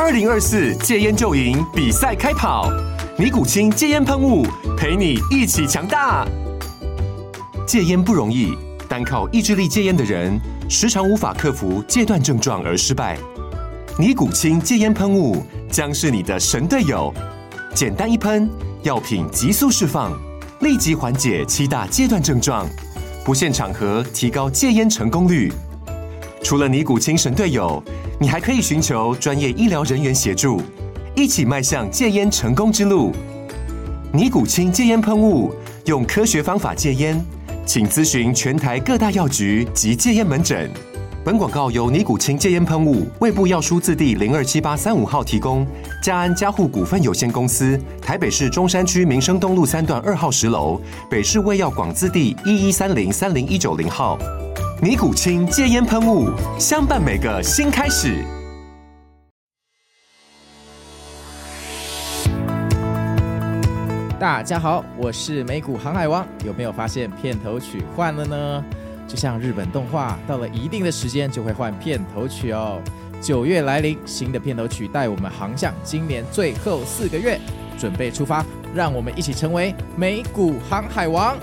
2024戒烟就赢比赛开跑，尼古清戒烟喷雾陪你一起强大。戒烟不容易，单靠意志力戒烟的人，时常无法克服戒断症状而失败。尼古清戒烟喷雾将是你的神队友，简单一喷，药品急速释放，立即缓解7大戒断症状，不限场合提高戒烟成功率。除了尼古清神队友，你还可以寻求专业医疗人员协助，一起迈向戒烟成功之路。尼古清戒烟喷雾，用科学方法戒烟，请咨询全台各大药局及戒烟门诊。本广告由尼古清戒烟喷雾、卫部药书字第027835号提供，嘉安嘉护股份有限公司，台北市中山区民生东路3段2号10楼，北市卫药广字第1130-30190号。尼古清戒烟喷雾，相伴每个新开始。 大家好，我是美股航海王。有没有发现片头曲换了呢？就像日本动画，到了一定的时间就会换片头曲哦。9月来临，新的片头曲带我们航向今年最后4个月，准备出发，让我们一起成为美股航海王。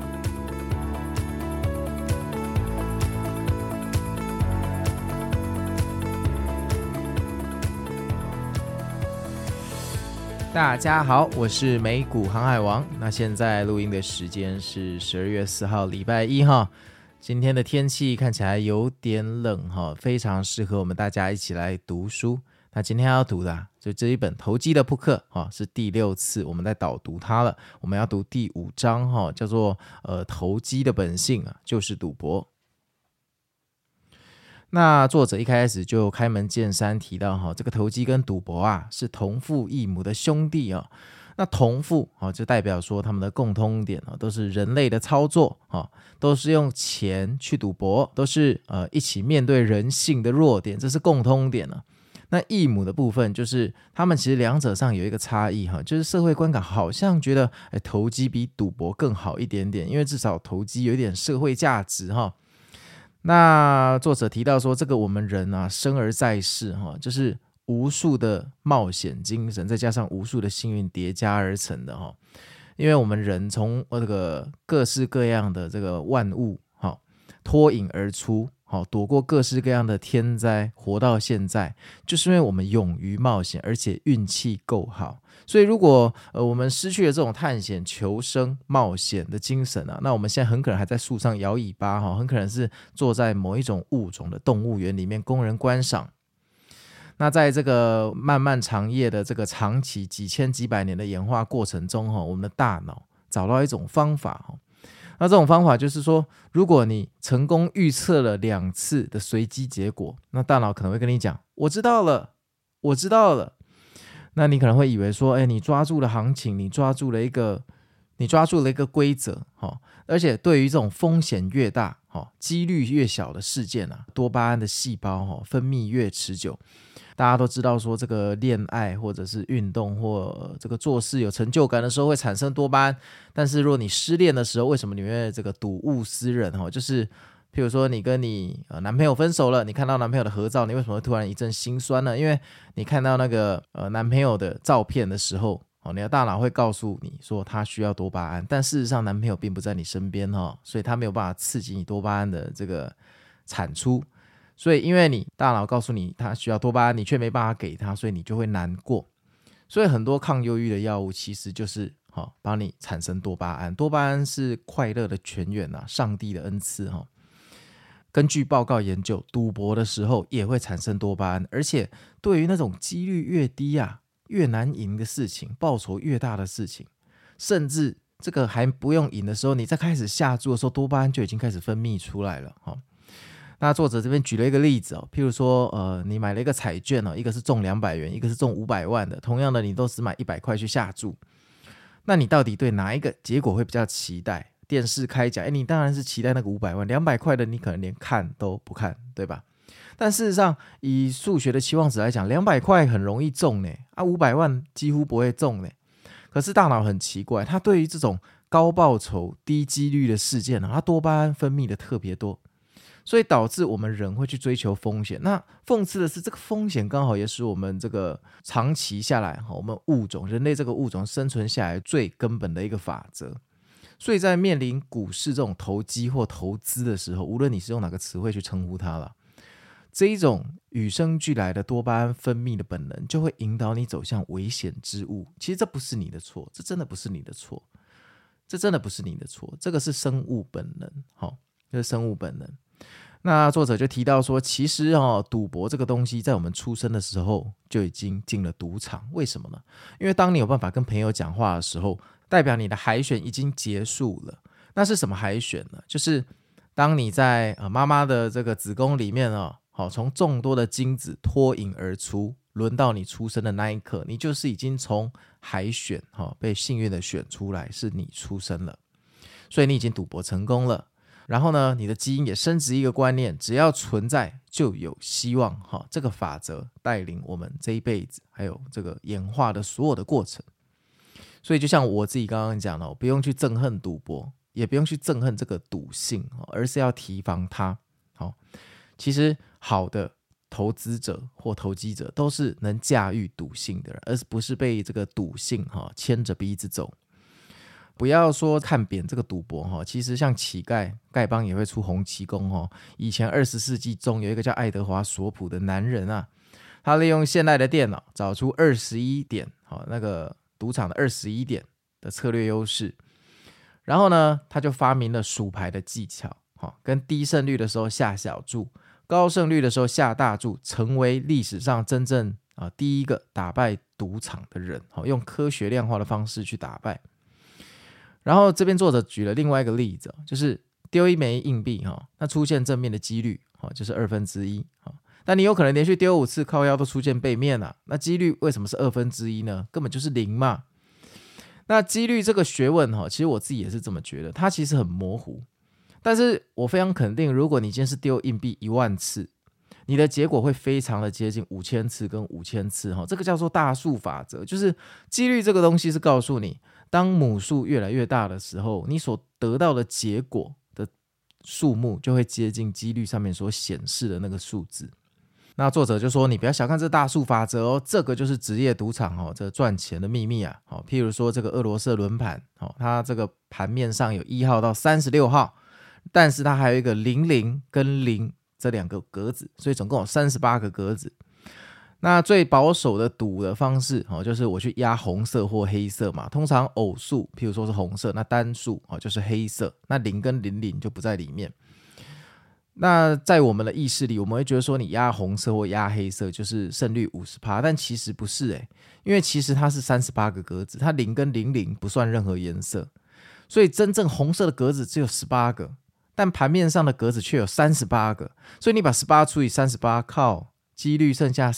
大家好，我是美股航海王。那现在录音的时间是12月4号礼拜一哈。今天的天气看起来有点冷哈，非常适合我们大家一起来读书。那今天要读的就这一本投机的扑克是第6次我们在导读它了。我们要读第5章叫做投机的本性就是赌博。那作者一开始就开门见山提到这个投机跟赌博是同父异母的兄弟那同父就代表说他们的共通点都是人类的操作都是用钱去赌博，都是一起面对人性的弱点，这是共通点那异母的部分就是他们其实两者上有一个差异就是社会观感好像觉得投机比赌博更好一点点，因为至少投机有一点社会价值那作者提到说，这个我们人生而在世就是无数的冒险精神，再加上无数的幸运叠加而成的因为我们人从这个各式各样的这个万物脱颖而出躲过各式各样的天灾，活到现在，就是因为我们勇于冒险，而且运气够好。所以如果我们失去了这种探险求生冒险的精神那我们现在很可能还在树上摇尾巴很可能是坐在某一种物种的动物园里面供人观赏。那在这个漫漫长夜的这个长期几千几百年的演化过程中我们的大脑找到一种方法那这种方法就是说，如果你成功预测了2次的随机结果，那大脑可能会跟你讲，我知道了。那你可能会以为说你抓住了行情，你抓住了一个规则而且对于这种风险越大几率越小的事件多巴胺的细胞分泌越持久。大家都知道说，这个恋爱或者是运动或这个做事有成就感的时候会产生多巴胺，但是如果你失恋的时候，为什么你会这个睹物思人就是譬如说你跟你男朋友分手了，你看到男朋友的合照，你为什么会突然一阵心酸呢？因为你看到那个男朋友的照片的时候你的大脑会告诉你说他需要多巴胺，但事实上男朋友并不在你身边所以他没有办法刺激你多巴胺的这个产出。所以因为你大脑告诉你他需要多巴胺，你却没办法给他，所以你就会难过。所以很多抗忧郁的药物其实就是帮你产生多巴胺。多巴胺是快乐的泉源上帝的恩赐根据报告研究，赌博的时候也会产生多巴胺，而且对于那种几率越低越难赢的事情，报酬越大的事情，甚至这个还不用赢的时候，你在开始下注的时候，多巴胺就已经开始分泌出来了那作者这边举了一个例子譬如说你买了一个彩券一个是中200元，一个是中500万的，同样的你都只买100块去下注，那你到底对哪一个结果会比较期待？电视开奖你当然是期待那个500万，200块的你可能连看都不看，对吧？但事实上以数学的期望值来讲，200块很容易中500万几乎不会中可是大脑很奇怪，它对于这种高报酬低几率的事件它多巴胺分泌的特别多。 所以导致我们人会去追求风险。那讽刺的是，这个风险刚好也使我们这个长期下来，我们人类这个物种生存下来最根本的一个法则。所以在面临股市这种投机或投资的时候，无论你是用哪个词汇去称呼它了，这一种与生俱来的多巴胺分泌的本能就会引导你走向危险之物。其实这不是你的错，这真的不是你的错，这个是生物本能，这是生物本能。那作者就提到说，其实赌博这个东西在我们出生的时候就已经进了赌场。为什么呢？因为当你有办法跟朋友讲话的时候，代表你的海选已经结束了。那是什么海选呢？就是当你在妈妈的这个子宫里面从众多的精子脱颖而出，轮到你出生的那一刻，你就是已经从海选被幸运的选出来，是你出生了，所以你已经赌博成功了。然后呢，你的基因也深植一个观念，只要存在就有希望，这个法则带领我们这一辈子，还有这个演化的所有的过程。所以就像我自己刚刚讲的，不用去憎恨赌博，也不用去憎恨这个赌性，而是要提防它。其实好的投资者或投机者都是能驾驭赌性的人，而不是被这个赌性牵着鼻子走。不要说看扁这个赌博，其实像乞丐，丐帮也会出洪七公。以前20世纪中有一个叫爱德华索普的男人啊，他利用现代的电脑找出21点，那个赌场的21点的策略优势，然后呢，他就发明了数牌的技巧，跟低胜率的时候下小注，高胜率的时候下大注，成为历史上真正第一个打败赌场的人，用科学量化的方式去打败。然后这边作者举了另外一个例子，就是丢一枚硬币，那出现正面的几率就是1/2，但你有可能连续丢5次靠腰都出现背面了，那几率为什么是1/2呢？根本就是0嘛。那几率这个学问其实我自己也是这么觉得，它其实很模糊，但是我非常肯定，如果你今天是丢硬币10000次，你的结果会非常的接近5000次跟5000次，这个叫做大数法则。就是几率这个东西是告诉你，当母数越来越大的时候，你所得到的结果的数目就会接近几率上面所显示的那个数字。那作者就说，你不要小看这大数法则这个就是职业赌场这赚钱的秘密啊。譬如说这个俄罗斯轮盘，它这个盘面上有1号到36号，但是它还有一个00跟0这2个格子，所以总共有38个格子。那最保守的赌的方式就是我去压红色或黑色嘛，通常偶数譬如说是红色，那单数就是黑色，那0跟00就不在里面。那在我们的意识里，我们会觉得说你压红色或压黑色就是胜率 50%， 但其实不是因为其实它是38个格子，它0跟00不算任何颜色，所以真正红色的格子只有18个，但盘面上的格子却有38个，所以你把18除以38，靠几率剩下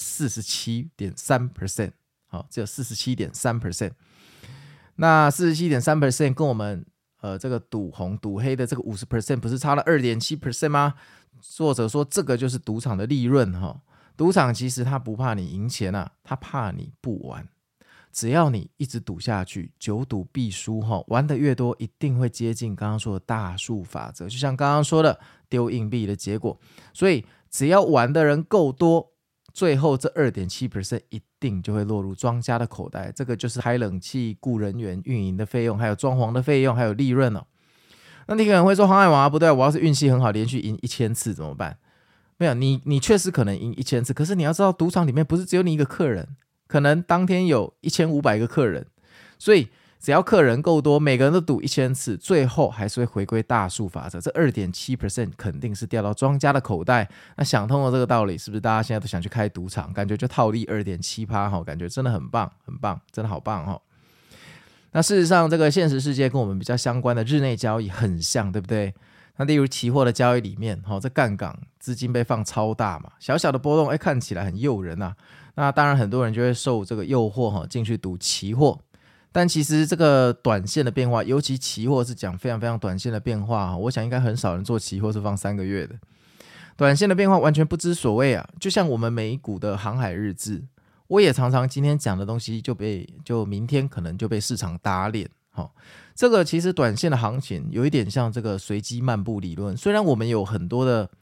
47.3%， 只有 47.3%。 那 47.3% 跟我们这个赌红赌黑的这个 50% 不是差了 2.7% 吗？作者说这个就是赌场的利润赌场其实他不怕你赢钱他怕你不玩。只要你一直赌下去，久赌必输玩得越多，一定会接近刚刚说的大数法则，就像刚刚说的丢硬币的结果。所以只要玩的人够多，最后这 2.7% 一定就会落入庄家的口袋。这个就是开冷气、雇人员、运营的费用，还有装潢的费用，还有利润那你可能会说，黄海王不对，我要是运气很好，连续赢1000次怎么办？没有，你确实可能赢1000次，可是你要知道，赌场里面不是只有你一个客人，可能当天有1500个客人，所以只要客人够多，每个人都赌1000次，最后还是会回归大数法则，这 2.7% 肯定是掉到庄家的口袋。那想通了这个道理，是不是大家现在都想去开赌场，感觉就套利 2.7%， 感觉真的很棒很棒，真的好棒那事实上这个现实世界跟我们比较相关的日内交易很像，对不对？那例如期货的交易里面这杠杆资金被放超大嘛，小小的波动看起来很诱人那当然很多人就会受这个诱惑进去赌期货。但其实这个短线的变化，尤其期货是讲非常非常短线的变化我想应该很少人做期货是放3个月的。短线的变化完全不知所谓就像我们美股的航海日志，我也常常今天讲的东西就明天可能就被市场打脸这个其实短线的行情有一点像这个随机漫步理论，虽然我们有很多的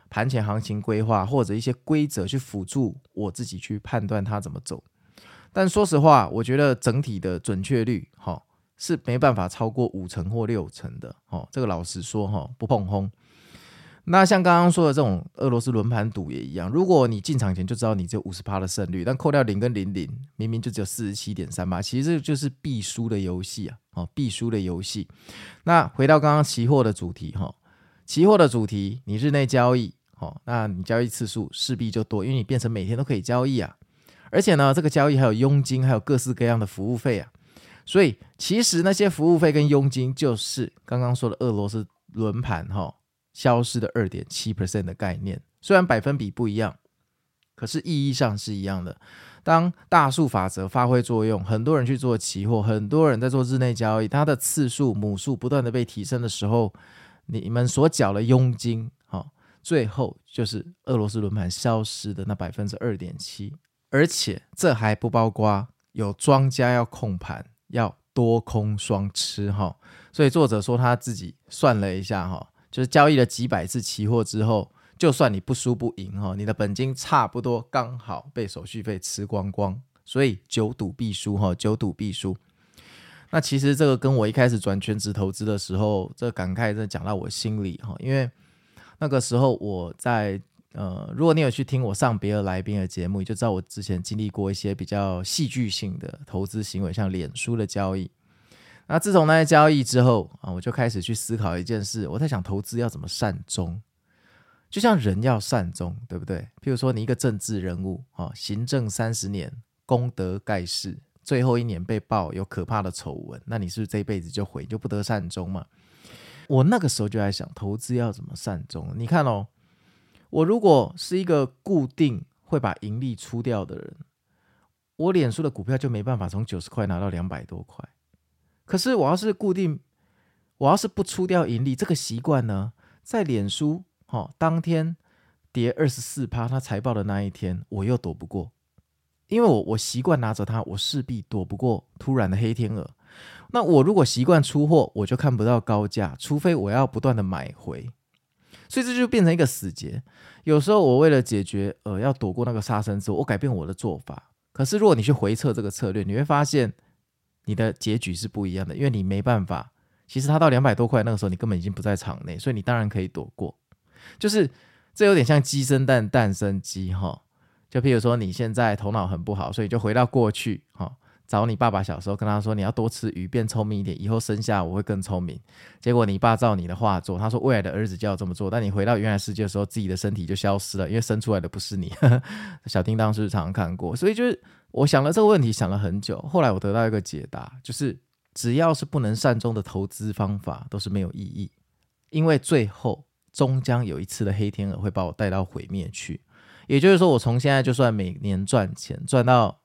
盘前行情规划或者一些规则去辅助我自己去判断它怎么走。但说实话，我觉得整体的准确率是没办法超过5成或6成的，这个老实说不碰轰。那像刚刚说的这种俄罗斯轮盘赌也一样，如果你进场前就知道你只有 50% 的胜率，但扣掉0跟00，明明就只有 47.38%， 其实这就是必输的游戏必输的游戏。那回到刚刚期货的主题期货的主题，你日内交易那你交易次数势必就多，因为你变成每天都可以交易而且呢，这个交易还有佣金，还有各式各样的服务费所以其实那些服务费跟佣金就是刚刚说的俄罗斯轮盘消失的 2.7% 的概念。虽然百分比不一样，可是意义上是一样的。当大数法则发挥作用，很多人去做期货，很多人在做日内交易，它的次数母数不断的被提升的时候，你们所缴的佣金最后就是俄罗斯轮盘消失的那 2.7%。 而且这还不包括有庄家要控盘，要多空双吃所以作者说他自己算了一下就是交易了几百次期货之后，就算你不输不赢你的本金差不多刚好被手续费吃光光，所以久赌必输久赌必输。那其实这个跟我一开始转全职投资的时候，这个感慨真的讲到我心里因为那个时候我在如果你有去听我上别的来宾的节目，你就知道我之前经历过一些比较戏剧性的投资行为，像脸书的交易。那自从那些交易之后我就开始去思考一件事，我在想投资要怎么善终，就像人要善终，对不对？譬如说你一个政治人物行政30年，功德盖世，最后1年被爆有可怕的丑闻，那你是不是这一辈子就毁，就不得善终嘛？我那个时候就在想投资要怎么善终。你看我如果是一个固定会把盈利出掉的人，我脸书的股票就没办法从90块拿到200多块。可是我要是固定，我要是不出掉盈利，这个习惯呢，在脸书当天跌 24%， 它财报的那一天我又躲不过，因为我习惯拿着它，我势必躲不过突然的黑天鹅。那我如果习惯出货，我就看不到高价，除非我要不断的买回，所以这就变成一个死结。有时候我为了解决要躲过那个杀生之后，我改变我的做法。可是如果你去回测这个策略，你会发现你的结局是不一样的，因为你没办法，其实它到200多块那个时候你根本已经不在场内，所以你当然可以躲过。就是这有点像鸡生蛋蛋生鸡就譬如说你现在头脑很不好，所以就回到过去找你爸爸小时候跟他说你要多吃鱼变聪明一点，以后生下我会更聪明。结果你爸照你的话做，他说未来的儿子就要这么做，但你回到原来世界的时候，自己的身体就消失了，因为生出来的不是你小叮当是不是常常看过？所以就是我想了这个问题想了很久，后来我得到一个解答，就是只要是不能善终的投资方法都是没有意义，因为最后终将有一次的黑天鹅会把我带到毁灭去。也就是说我从现在就算每年赚钱赚到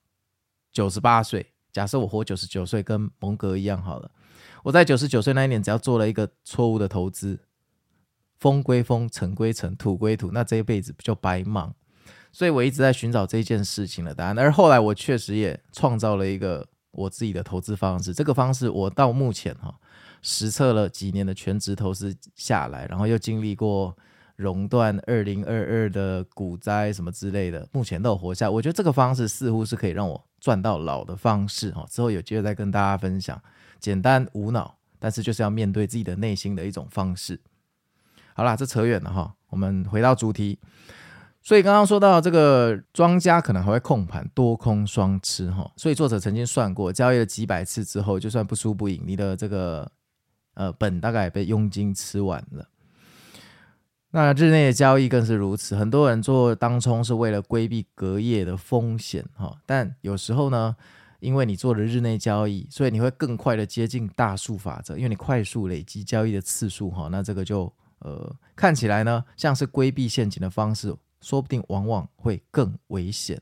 98岁，假设我活99岁跟蒙格一样好了，我在99岁那一年只要做了一个错误的投资，风归风，尘归尘，土归土，那这一辈子就白忙。所以我一直在寻找这件事情的答案，而后来我确实也创造了一个我自己的投资方式。这个方式我到目前实测了几年的全职投资下来，然后又经历过熔断2022的股灾什么之类的，目前都有活下来。我觉得这个方式似乎是可以让我赚到老的方式之后有机会再跟大家分享，简单无脑，但是就是要面对自己的内心的一种方式。好啦，这扯远了我们回到主题。所以刚刚说到这个庄家可能还会控盘，多空双吃所以作者曾经算过，交易了几百次之后，就算不输不赢，你的这个本大概也被佣金吃完了。那日内的交易更是如此，很多人做当冲是为了规避隔夜的风险但有时候呢，因为你做了日内交易，所以你会更快的接近大数法则，因为你快速累积交易的次数那这个就看起来呢像是规避陷阱的方式，说不定往往会更危险。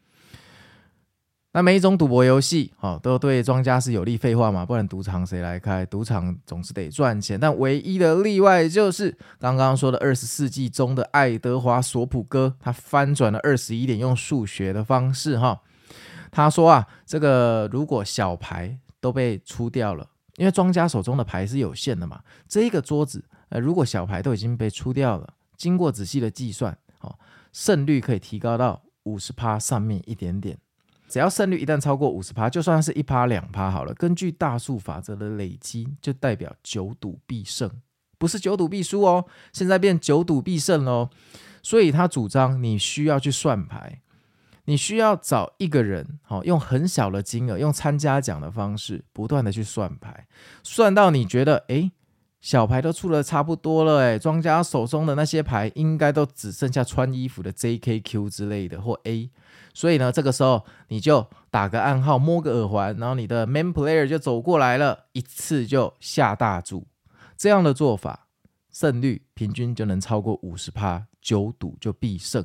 那每一种赌博游戏都对庄家是有利，废话嘛，不然赌场谁来开？赌场总是得赚钱，但唯一的例外就是刚刚说的20世纪中的爱德华索普哥，他翻转了21点，用数学的方式他说这个如果小牌都被出掉了，因为庄家手中的牌是有限的嘛，这一个桌子如果小牌都已经被出掉了， 经过仔细的计算，胜率可以提高到 50% 上面一点点。只要胜率一旦超过 50%， 就算是 1%、2% 好了，根据大数法则的累积，就代表9赌必胜，不是9赌必输哦，现在变9赌必胜哦。所以他主张你需要去算牌，你需要找一个人，用很小的金额，用参加奖的方式，不断的去算牌，算到你觉得，小牌都出了差不多了，庄家手中的那些牌应该都只剩下穿衣服的 JKQ 之类的或 A， 所以呢，这个时候你就打个暗号，摸个耳环，然后你的 main player 就走过来了，一次就下大注。这样的做法，胜率平均就能超过 50%， 9赌就必胜。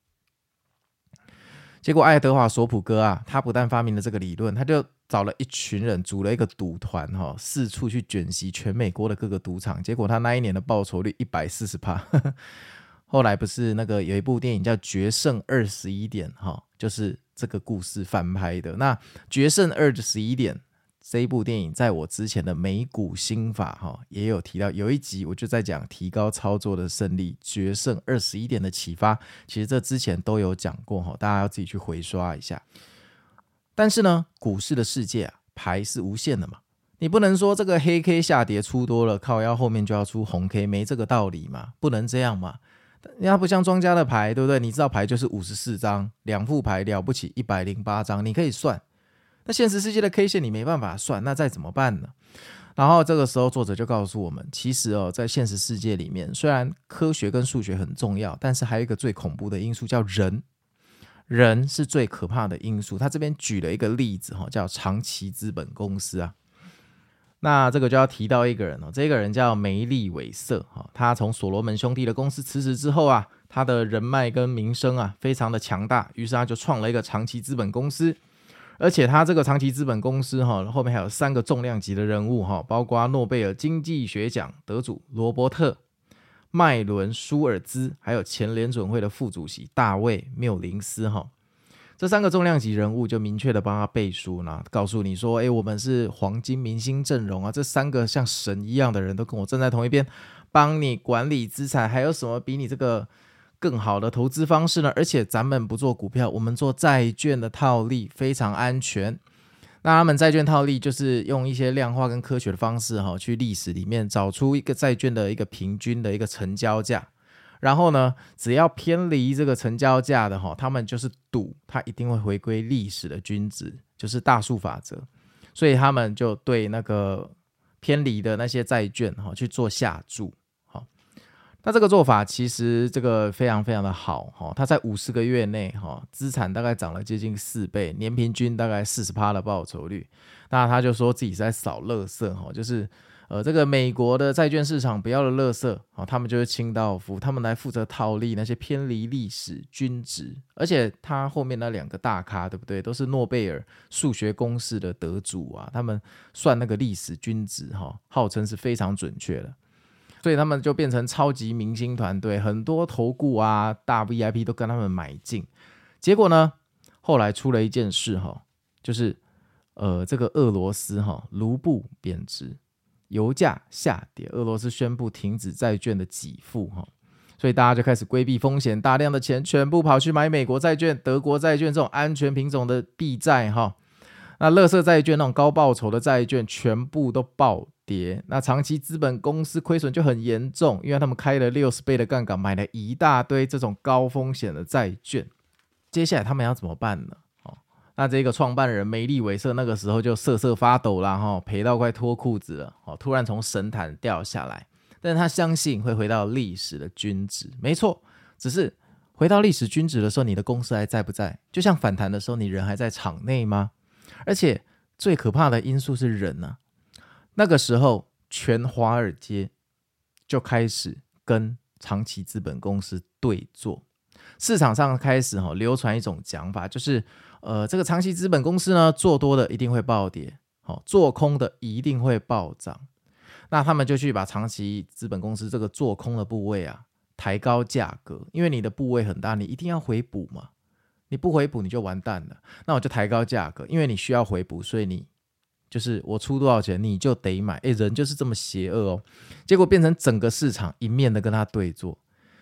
结果爱德华索普哥啊，他不但发明了这个理论，他就找了一群人组了一个赌团，四处去卷席全美国的各个赌场，结果他那一年的报酬率 140%。后来不是那个有一部电影叫《决胜21点》，就是这个故事翻拍的。那《决胜21点》这一部电影在我之前的美股心法也有提到，有一集我就在讲提高操作的胜利，决胜21点的启发，其实这之前都有讲过，大家要自己去回刷一下。但是呢，股市的世界牌是无限的嘛，你不能说这个黑 K 下跌出多了，靠腰后面就要出红 K， 没这个道理嘛，不能这样嘛。它不像庄家的牌，对不对？你知道牌就是54张，两副牌了不起108张，你可以算。那现实世界的 K 线你没办法算，那再怎么办呢？然后这个时候作者就告诉我们，其实在现实世界里面，虽然科学跟数学很重要，但是还有一个最恐怖的因素叫人，人是最可怕的因素。他这边举了一个例子，叫长期资本公司啊。那这个就要提到一个人，这个人叫梅利韦瑟，他从所罗门兄弟的公司辞职之后啊，他的人脉跟名声啊非常的强大，于是他就创了一个长期资本公司。而且他这个长期资本公司后面还有3个重量级的人物，包括诺贝尔经济学奖得主罗伯特·麦伦舒尔兹，还有前联准会的副主席大卫·缪林斯。这3个重量级人物就明确的帮他背书，告诉你说，我们是黄金明星阵容啊，这3个像神一样的人都跟我站在同一边，帮你管理资产，还有什么比你这个更好的投资方式呢？而且咱们不做股票，我们做债券的套利，非常安全。那他们债券套利就是用一些量化跟科学的方式去历史里面找出一个债券的一个平均的一个成交价，然后呢，只要偏离这个成交价的他们就是赌它一定会回归历史的均值，就是大数法则。所以他们就对那个偏离的那些债券去做下注。那这个做法其实这个非常非常的好，它在50个月内资产大概涨了接近4倍，年平均大概 40% 的报酬率。那他就说自己是在扫垃圾，就是这个美国的债券市场不要的垃圾，他们就是清道夫，他们来负责套利那些偏离历史均值。而且他后面那2个大咖，对不对？都是诺贝尔数学公式的得主啊，他们算那个历史均值号称是非常准确的。所以他们就变成超级明星团队，很多投顾啊、大 VIP 都跟他们买进。结果呢，后来出了一件事，就是这个俄罗斯卢布贬值，油价下跌，俄罗斯宣布停止债券的给付，所以大家就开始规避风险，大量的钱全部跑去买美国债券、德国债券这种安全品种的币债。那垃圾债券那种高报酬的债券全部都暴跌，那长期资本公司亏损就很严重，因为他们开了60倍的杠杆，买了一大堆这种高风险的债券。接下来他们要怎么办呢？那这个创办人梅利韦瑟那个时候就瑟瑟发抖啦，赔到快脱裤子了，突然从神坛掉下来。但是他相信会回到历史的均值，没错，只是回到历史均值的时候，你的公司还在不在？就像反弹的时候，你人还在场内吗？而且最可怕的因素是人啊。那个时候全华尔街就开始跟长期资本公司对做，市场上开始流传一种讲法，就是这个长期资本公司呢，做多的一定会暴跌，做空的一定会暴涨。那他们就去把长期资本公司这个做空的部位啊抬高价格，因为你的部位很大，你一定要回补嘛，你不回补你就完蛋了。那我就抬高价格，因为你需要回补，所以你就是我出多少钱你就得买。人就是这么邪恶哦。结果变成整个市场一面的跟他对做，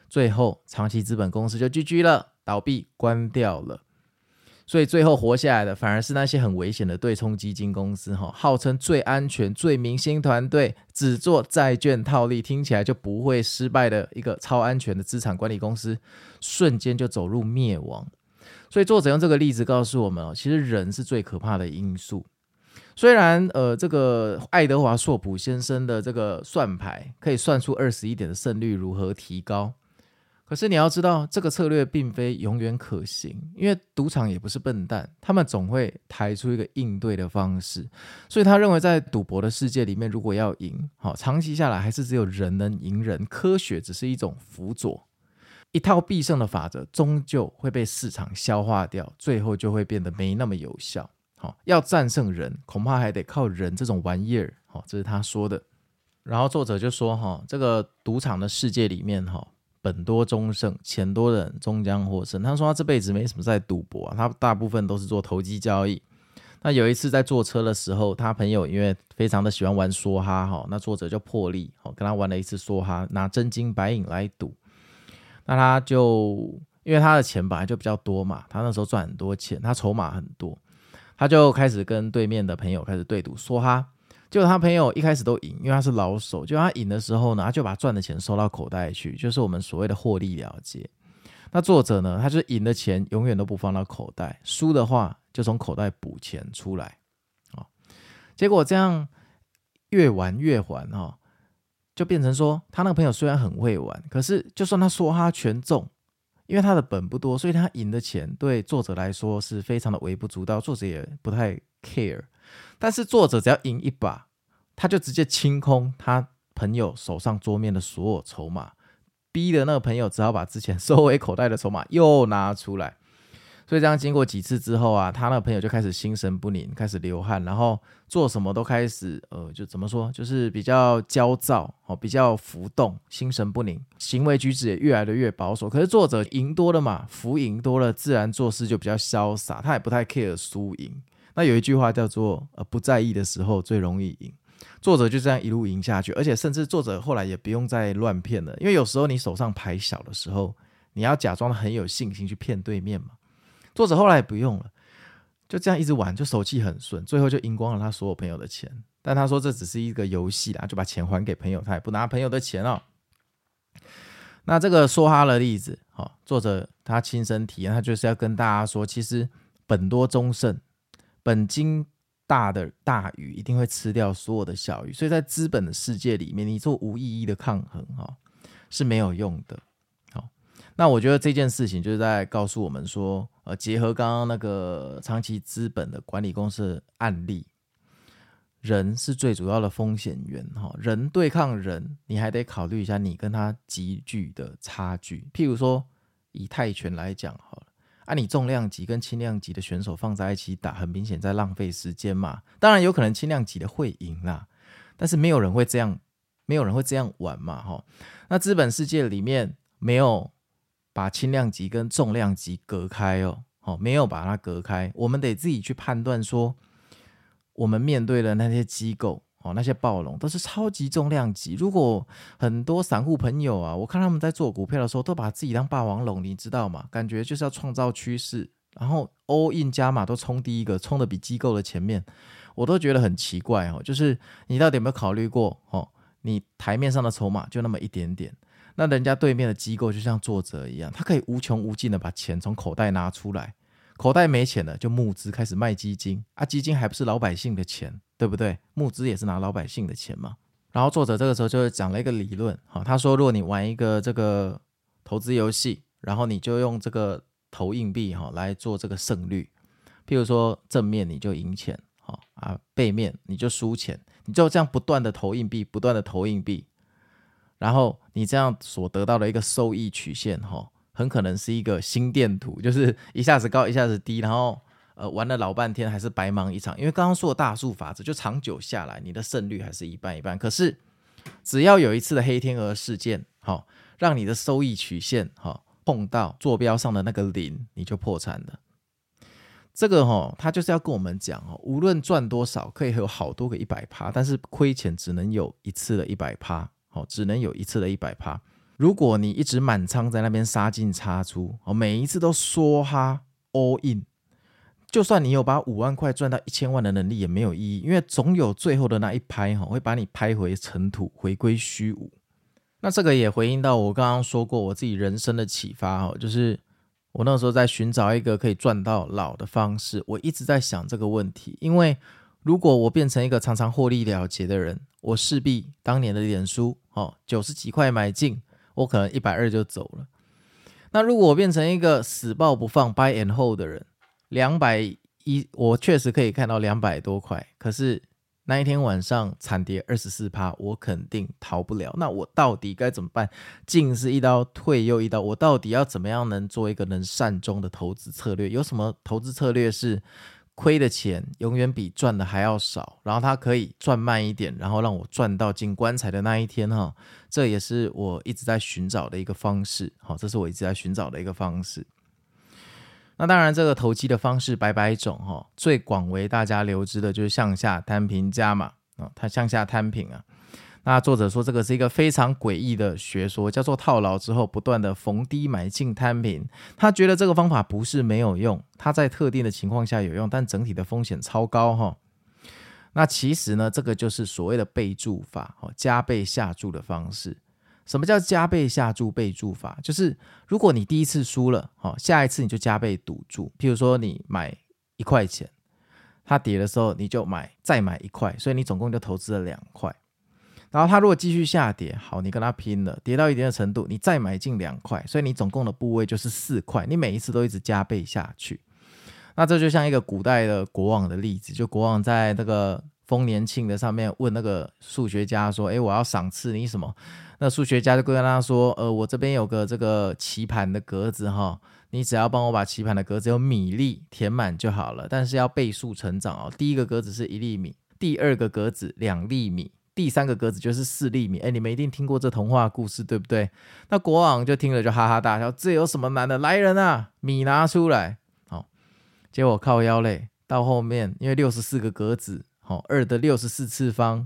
最后长期资本公司就 GG 了，倒闭关掉了。所以最后活下来的反而是那些很危险的对冲基金公司，号称最安全最明星团队，只做债券套利，听起来就不会失败的一个超安全的资产管理公司，瞬间就走入灭亡。所以作者用这个例子告诉我们，其实人是最可怕的因素。虽然这个爱德华硕普先生的这个算牌可以算出21点的胜率如何提高，可是你要知道，这个策略并非永远可行，因为赌场也不是笨蛋，他们总会抬出一个应对的方式。所以他认为在赌博的世界里面，如果要赢，长期下来还是只有人能赢人，科学只是一种辅佐。一套必胜的法则终究会被市场消化掉，最后就会变得没那么有效。要战胜人，恐怕还得靠人这种玩意儿。这是他说的。然后作者就说，这个赌场的世界里面，本多终胜，钱多的人终将获胜。他说他这辈子没什么在赌博，他大部分都是做投机交易。那有一次在坐车的时候，他朋友因为非常的喜欢玩梭哈，那作者就破例跟他玩了一次梭哈，拿真金白银来赌。那他就因为他的钱本来就比较多嘛，他那时候赚很多钱，他筹码很多，他就开始跟对面的朋友开始对赌梭哈。结果他朋友一开始都赢，因为他是老手。结果他赢的时候呢，他就把赚的钱收到口袋去，就是我们所谓的获利了结。那作者呢，他就是赢的钱永远都不放到口袋，输的话就从口袋补钱出来。结果这样越玩越还，就变成说他那个朋友虽然很会玩，可是就算他梭哈全中，因为他的本不多，所以他赢的钱对作者来说是非常的微不足道，作者也不太 care。但是作者只要赢一把，他就直接清空他朋友手上桌面的所有筹码，逼的那个朋友只好把之前收回口袋的筹码又拿出来。所以这样经过几次之后啊，他那个朋友就开始心神不宁，开始流汗，然后做什么都开始就怎么说，就是比较焦躁，比较浮动，心神不宁，行为举止也越来越保守。可是作者赢多了嘛，浮赢多了，自然做事就比较潇洒，他也不太 care 输赢。那有一句话叫做不在意的时候最容易赢。作者就这样一路赢下去，而且甚至作者后来也不用再乱骗了，因为有时候你手上牌小的时候，你要假装很有信心去骗对面嘛。作者后来也不用了，就这样一直玩，就手气很顺，最后就赢光了他所有朋友的钱。但他说这只是一个游戏啦，就把钱还给朋友，他也不拿朋友的钱哦。那这个梭哈的例子，作者他亲身体验，他就是要跟大家说，其实本多终胜，本金大的大鱼一定会吃掉所有的小鱼，所以在资本的世界里面，你做无意义的抗衡是没有用的。那我觉得这件事情就是在告诉我们说，结合刚刚那个长期资本的管理公司的案例，人是最主要的风险源，人对抗人，你还得考虑一下你跟他急剧的差距。譬如说以泰拳来讲好了，你重量级跟轻量级的选手放在一起打，很明显在浪费时间嘛。当然有可能轻量级的会赢啦，但是没有人会这样玩嘛。那资本世界里面没有把轻量级跟重量级隔开没有把它隔开，我们得自己去判断说，我们面对的那些机构那些暴龙都是超级重量级。如果很多散户朋友啊，我看他们在做股票的时候都把自己当霸王龙，你知道吗？感觉就是要创造趋势，然后 all in 加码都冲第一个，冲得比机构的前面，我都觉得很奇怪就是你到底有没有考虑过你台面上的筹码就那么一点点，那人家对面的机构就像作者一样，他可以无穷无尽的把钱从口袋拿出来，口袋没钱了就募资开始卖基金基金还不是老百姓的钱，对不对？募资也是拿老百姓的钱嘛。然后作者这个时候就讲了一个理论，他说如果你玩一个这个投资游戏，然后你就用这个投硬币来做这个胜率，譬如说正面你就赢钱背面你就输钱，你就这样不断的投硬币，不断的投硬币，然后你这样所得到的一个收益曲线很可能是一个心电图，就是一下子高一下子低，然后玩了老半天还是白忙一场。因为刚刚说的大数法则，就长久下来你的胜率还是一半一半。可是只要有一次的黑天鹅事件让你的收益曲线碰到坐标上的那个零，你就破产了。这个他就是要跟我们讲无论赚多少可以有好多个 100%， 但是亏钱只能有一次的 100%，只能有一次的 100%。 如果你一直满仓在那边杀进杀出，每一次都梭哈 all in， 就算你有把5万块赚到1000万的能力也没有意义，因为总有最后的那一拍会把你拍回尘土，回归虚无。那这个也回应到我刚刚说过我自己人生的启发，就是我那时候在寻找一个可以赚到老的方式，我一直在想这个问题，因为如果我变成一个常常获利了结的人，我势必当年的脸书90几块买进，我可能120就走了。那如果我变成一个死抱不放 buy and hold 的人，210我确实可以看到200多块，可是那一天晚上惨跌 24%， 我肯定逃不了。那我到底该怎么办？进是一刀，退又一刀，我到底要怎么样能做一个能善终的投资策略？有什么投资策略是亏的钱永远比赚的还要少，然后它可以赚慢一点，然后让我赚到进棺材的那一天，这也是我一直在寻找的一个方式。那当然这个投机的方式百百种，最广为大家流知的就是向下摊平加码，它向下摊平啊。那作者说这个是一个非常诡异的学说，叫做套牢之后不断的逢低买进摊平。他觉得这个方法不是没有用，他在特定的情况下有用，但整体的风险超高。那其实呢，这个就是所谓的倍注法，加倍下注的方式。什么叫加倍下注倍注法？就是如果你第一次输了，下一次你就加倍赌注。譬如说你买1块钱，它跌的时候你就再买1块，所以你总共就投资了2块。然后它如果继续下跌，好，你跟它拼了，跌到一定的程度，你再买进2块，所以你总共的部位就是4块，你每一次都一直加倍下去。那这就像一个古代的国王的例子，就国王在那个丰年庆的上面问那个数学家说，我要赏赐你什么？那数学家就跟他说，我这边有个这个棋盘的格子你只要帮我把棋盘的格子用米粒填满就好了，但是要倍数成长第一个格子是1粒米，第二个格子2粒米，第三个格子就是4粒米。你们一定听过这童话故事对不对？那国王就听了就哈哈大笑，这有什么难的？来人啊，米拿出来。结果靠腰嘞，到后面因为64个格子2的64次方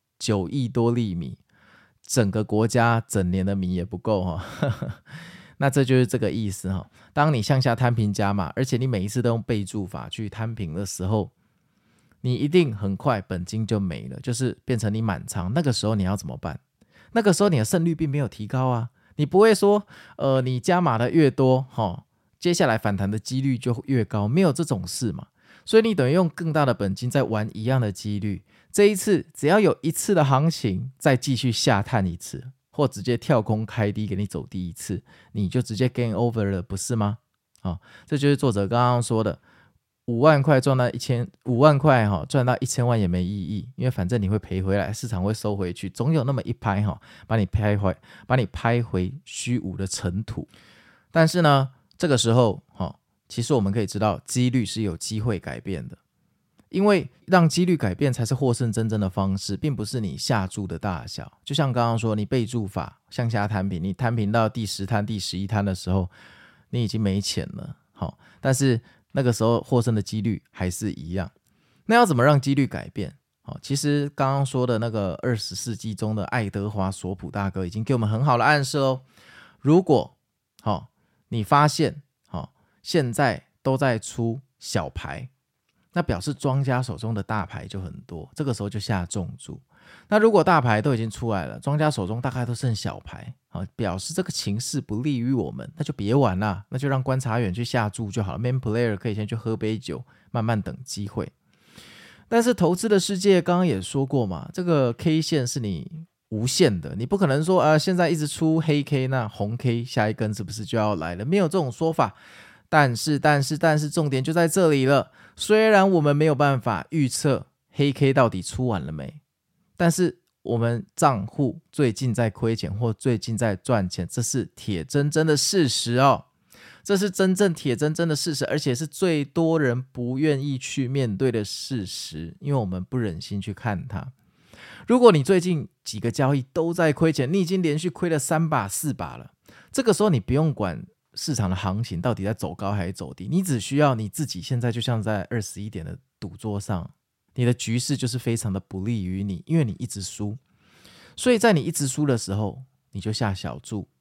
9亿多粒米，整个国家整年的米也不够那这就是这个意思当你向下摊平加码，而且你每一次都用倍注法去摊平的时候，你一定很快本金就没了，就是变成你满仓。那个时候你要怎么办？那个时候你的胜率并没有提高啊，你不会说你加码的越多接下来反弹的几率就越高，没有这种事嘛。所以你等于用更大的本金在玩一样的几率，这一次只要有一次的行情再继续下探一次，或直接跳空开低给你走低一次，你就直接 gain over 了，不是吗？这就是作者刚刚说的5万块赚到5万块赚到1000万也没意义，因为反正你会赔回来，市场会收回去，总有那么一拍把你拍回虚无的尘土。但是呢，这个时候其实我们可以知道几率是有机会改变的，因为让几率改变才是获胜真正的方式，并不是你下注的大小。就像刚刚说你倍注法向下摊平，你摊平到第10摊第11摊的时候，你已经没钱了但是那个时候获胜的几率还是一样。那要怎么让几率改变？其实刚刚说的那个20世纪中的爱德华索普大哥已经给我们很好的暗示如果你发现现在都在出小牌，那表示庄家手中的大牌就很多，这个时候就下重注。那如果大牌都已经出来了，庄家手中大概都剩小牌表示这个情势不利于我们，那就别玩啦，那就让观察员去下注就好了。 main player 可以先去喝杯酒，慢慢等机会。但是投资的世界刚刚也说过嘛，这个 K 线是你无限的，你不可能说现在一直出黑 K， 那红 K 下一根是不是就要来了？没有这种说法。但是重点就在这里了，虽然我们没有办法预测黑 K 到底出完了没，但是我们账户最近在亏钱或最近在赚钱，这是铁铮铮的事实这是真正铁铮铮的事实，而且是最多人不愿意去面对的事实，因为我们不忍心去看它。如果你最近几个交易都在亏钱，你已经连续亏了3把4把了，这个时候你不用管市场的行情到底在走高还是走低，你只需要你自己现在就像在21点的赌桌上，你的局势就是非常的不利于你，因为你一直输。所以在你一直输的时候，你就下小注，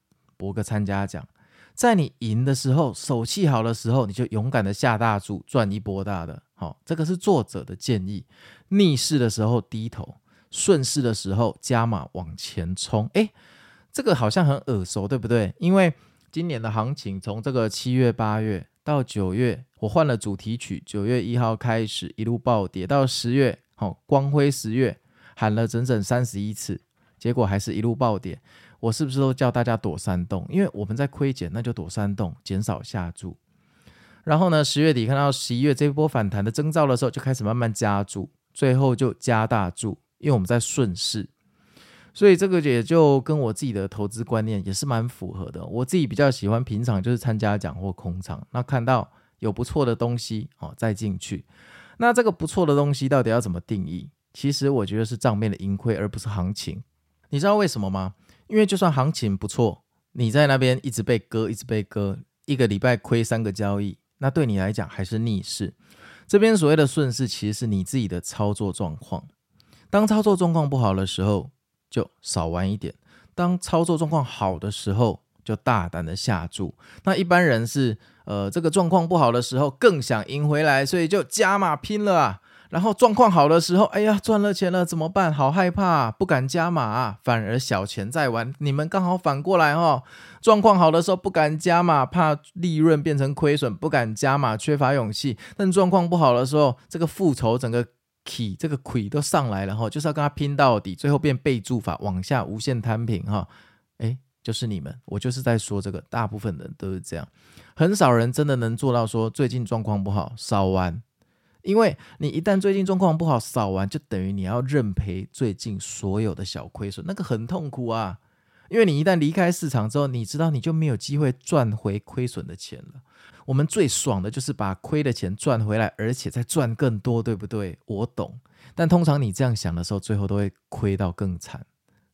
博个参加奖。在你赢的时候，手气好的时候，你就勇敢的下大注，赚一波大的。这个是作者的建议。逆势的时候低头，顺势的时候加码往前冲。这个好像很耳熟，对不对？因为今年的行情从这个7月8月到9月，我换了主题曲，9月1号开始一路暴跌到10月，光辉10月喊了整整31次，结果还是一路暴跌。我是不是都叫大家躲山洞？因为我们在亏减，那就躲山洞，减少下注。然后呢，10月底看到11月这一波反弹的征兆的时候，就开始慢慢加注，最后就加大注，因为我们在顺势。所以这个也就跟我自己的投资观念也是蛮符合的。我自己比较喜欢平常就是参加奖或空场，那看到有不错的东西再进去。那这个不错的东西到底要怎么定义？其实我觉得是账面的盈亏，而不是行情。你知道为什么吗？因为就算行情不错，你在那边一直被割，一个礼拜亏3个交易，那对你来讲还是逆势。这边所谓的顺势，其实是你自己的操作状况。当操作状况不好的时候，就少玩一点；当操作状况好的时候，就大胆的下注。那一般人是这个状况不好的时候更想赢回来，所以就加码拼了啊。然后状况好的时候，哎呀，赚了钱了怎么办？好害怕不敢加码反而小钱在玩。你们刚好反过来状况好的时候不敢加码，怕利润变成亏损，不敢加码，缺乏勇气。但状况不好的时候，这个复仇整个起这个亏都上来了就是要跟他拼到底，最后变备注法往下无限摊平就是你们，我就是在说这个，大部分人都是这样，很少人真的能做到说最近状况不好少玩。因为你一旦最近状况不好少玩，就等于你要认赔最近所有的小亏损，那个很痛苦啊。因为你一旦离开市场之后，你知道你就没有机会赚回亏损的钱了。我们最爽的就是把亏的钱赚回来，而且再赚更多，对不对？我懂，但通常你这样想的时候，最后都会亏到更惨。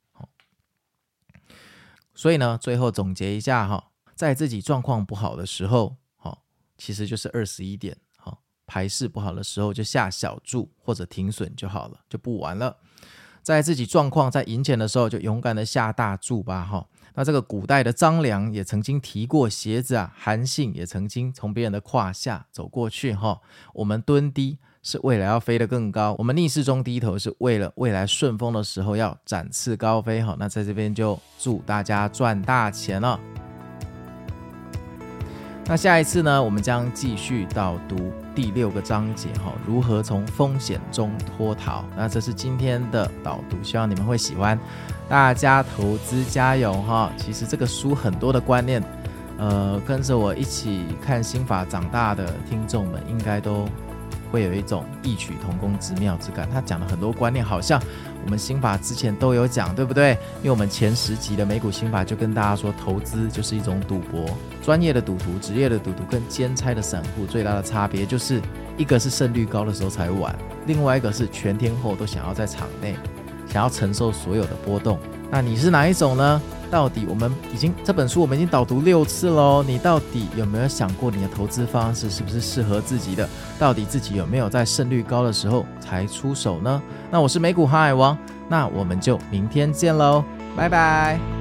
所以呢，最后总结一下在自己状况不好的时候其实就是21点排势不好的时候就下小注或者停损就好了，就不玩了。在自己状况在赢钱的时候就勇敢的下大注吧那这个古代的张良也曾经提过鞋子韩信也曾经从别人的胯下走过去我们蹲低是为了要飞得更高，我们逆势中低头是为了未来顺风的时候要展翅高飞那在这边就祝大家赚大钱了。那下一次呢，我们将继续导读第6个章节如何从风险中脱逃。那这是今天的导读，希望你们会喜欢。大家投资加油其实这个书很多的观念跟着我一起看心法长大的听众们应该都会有一种异曲同工之妙之感。他讲了很多观念好像我们心法之前都有讲，对不对？因为我们前10集的美股心法就跟大家说，投资就是一种赌博，专业的赌徒、职业的赌徒跟兼差的散户最大的差别就是一个是胜率高的时候才玩，另外一个是全天候都想要在场内想要承受所有的波动。那你是哪一种呢？到底我们这本书我们已经导读6次咯，你到底有没有想过你的投资方式是不是适合自己的？到底自己有没有在胜率高的时候才出手呢？那我是美股航海王，那我们就明天见咯，拜拜。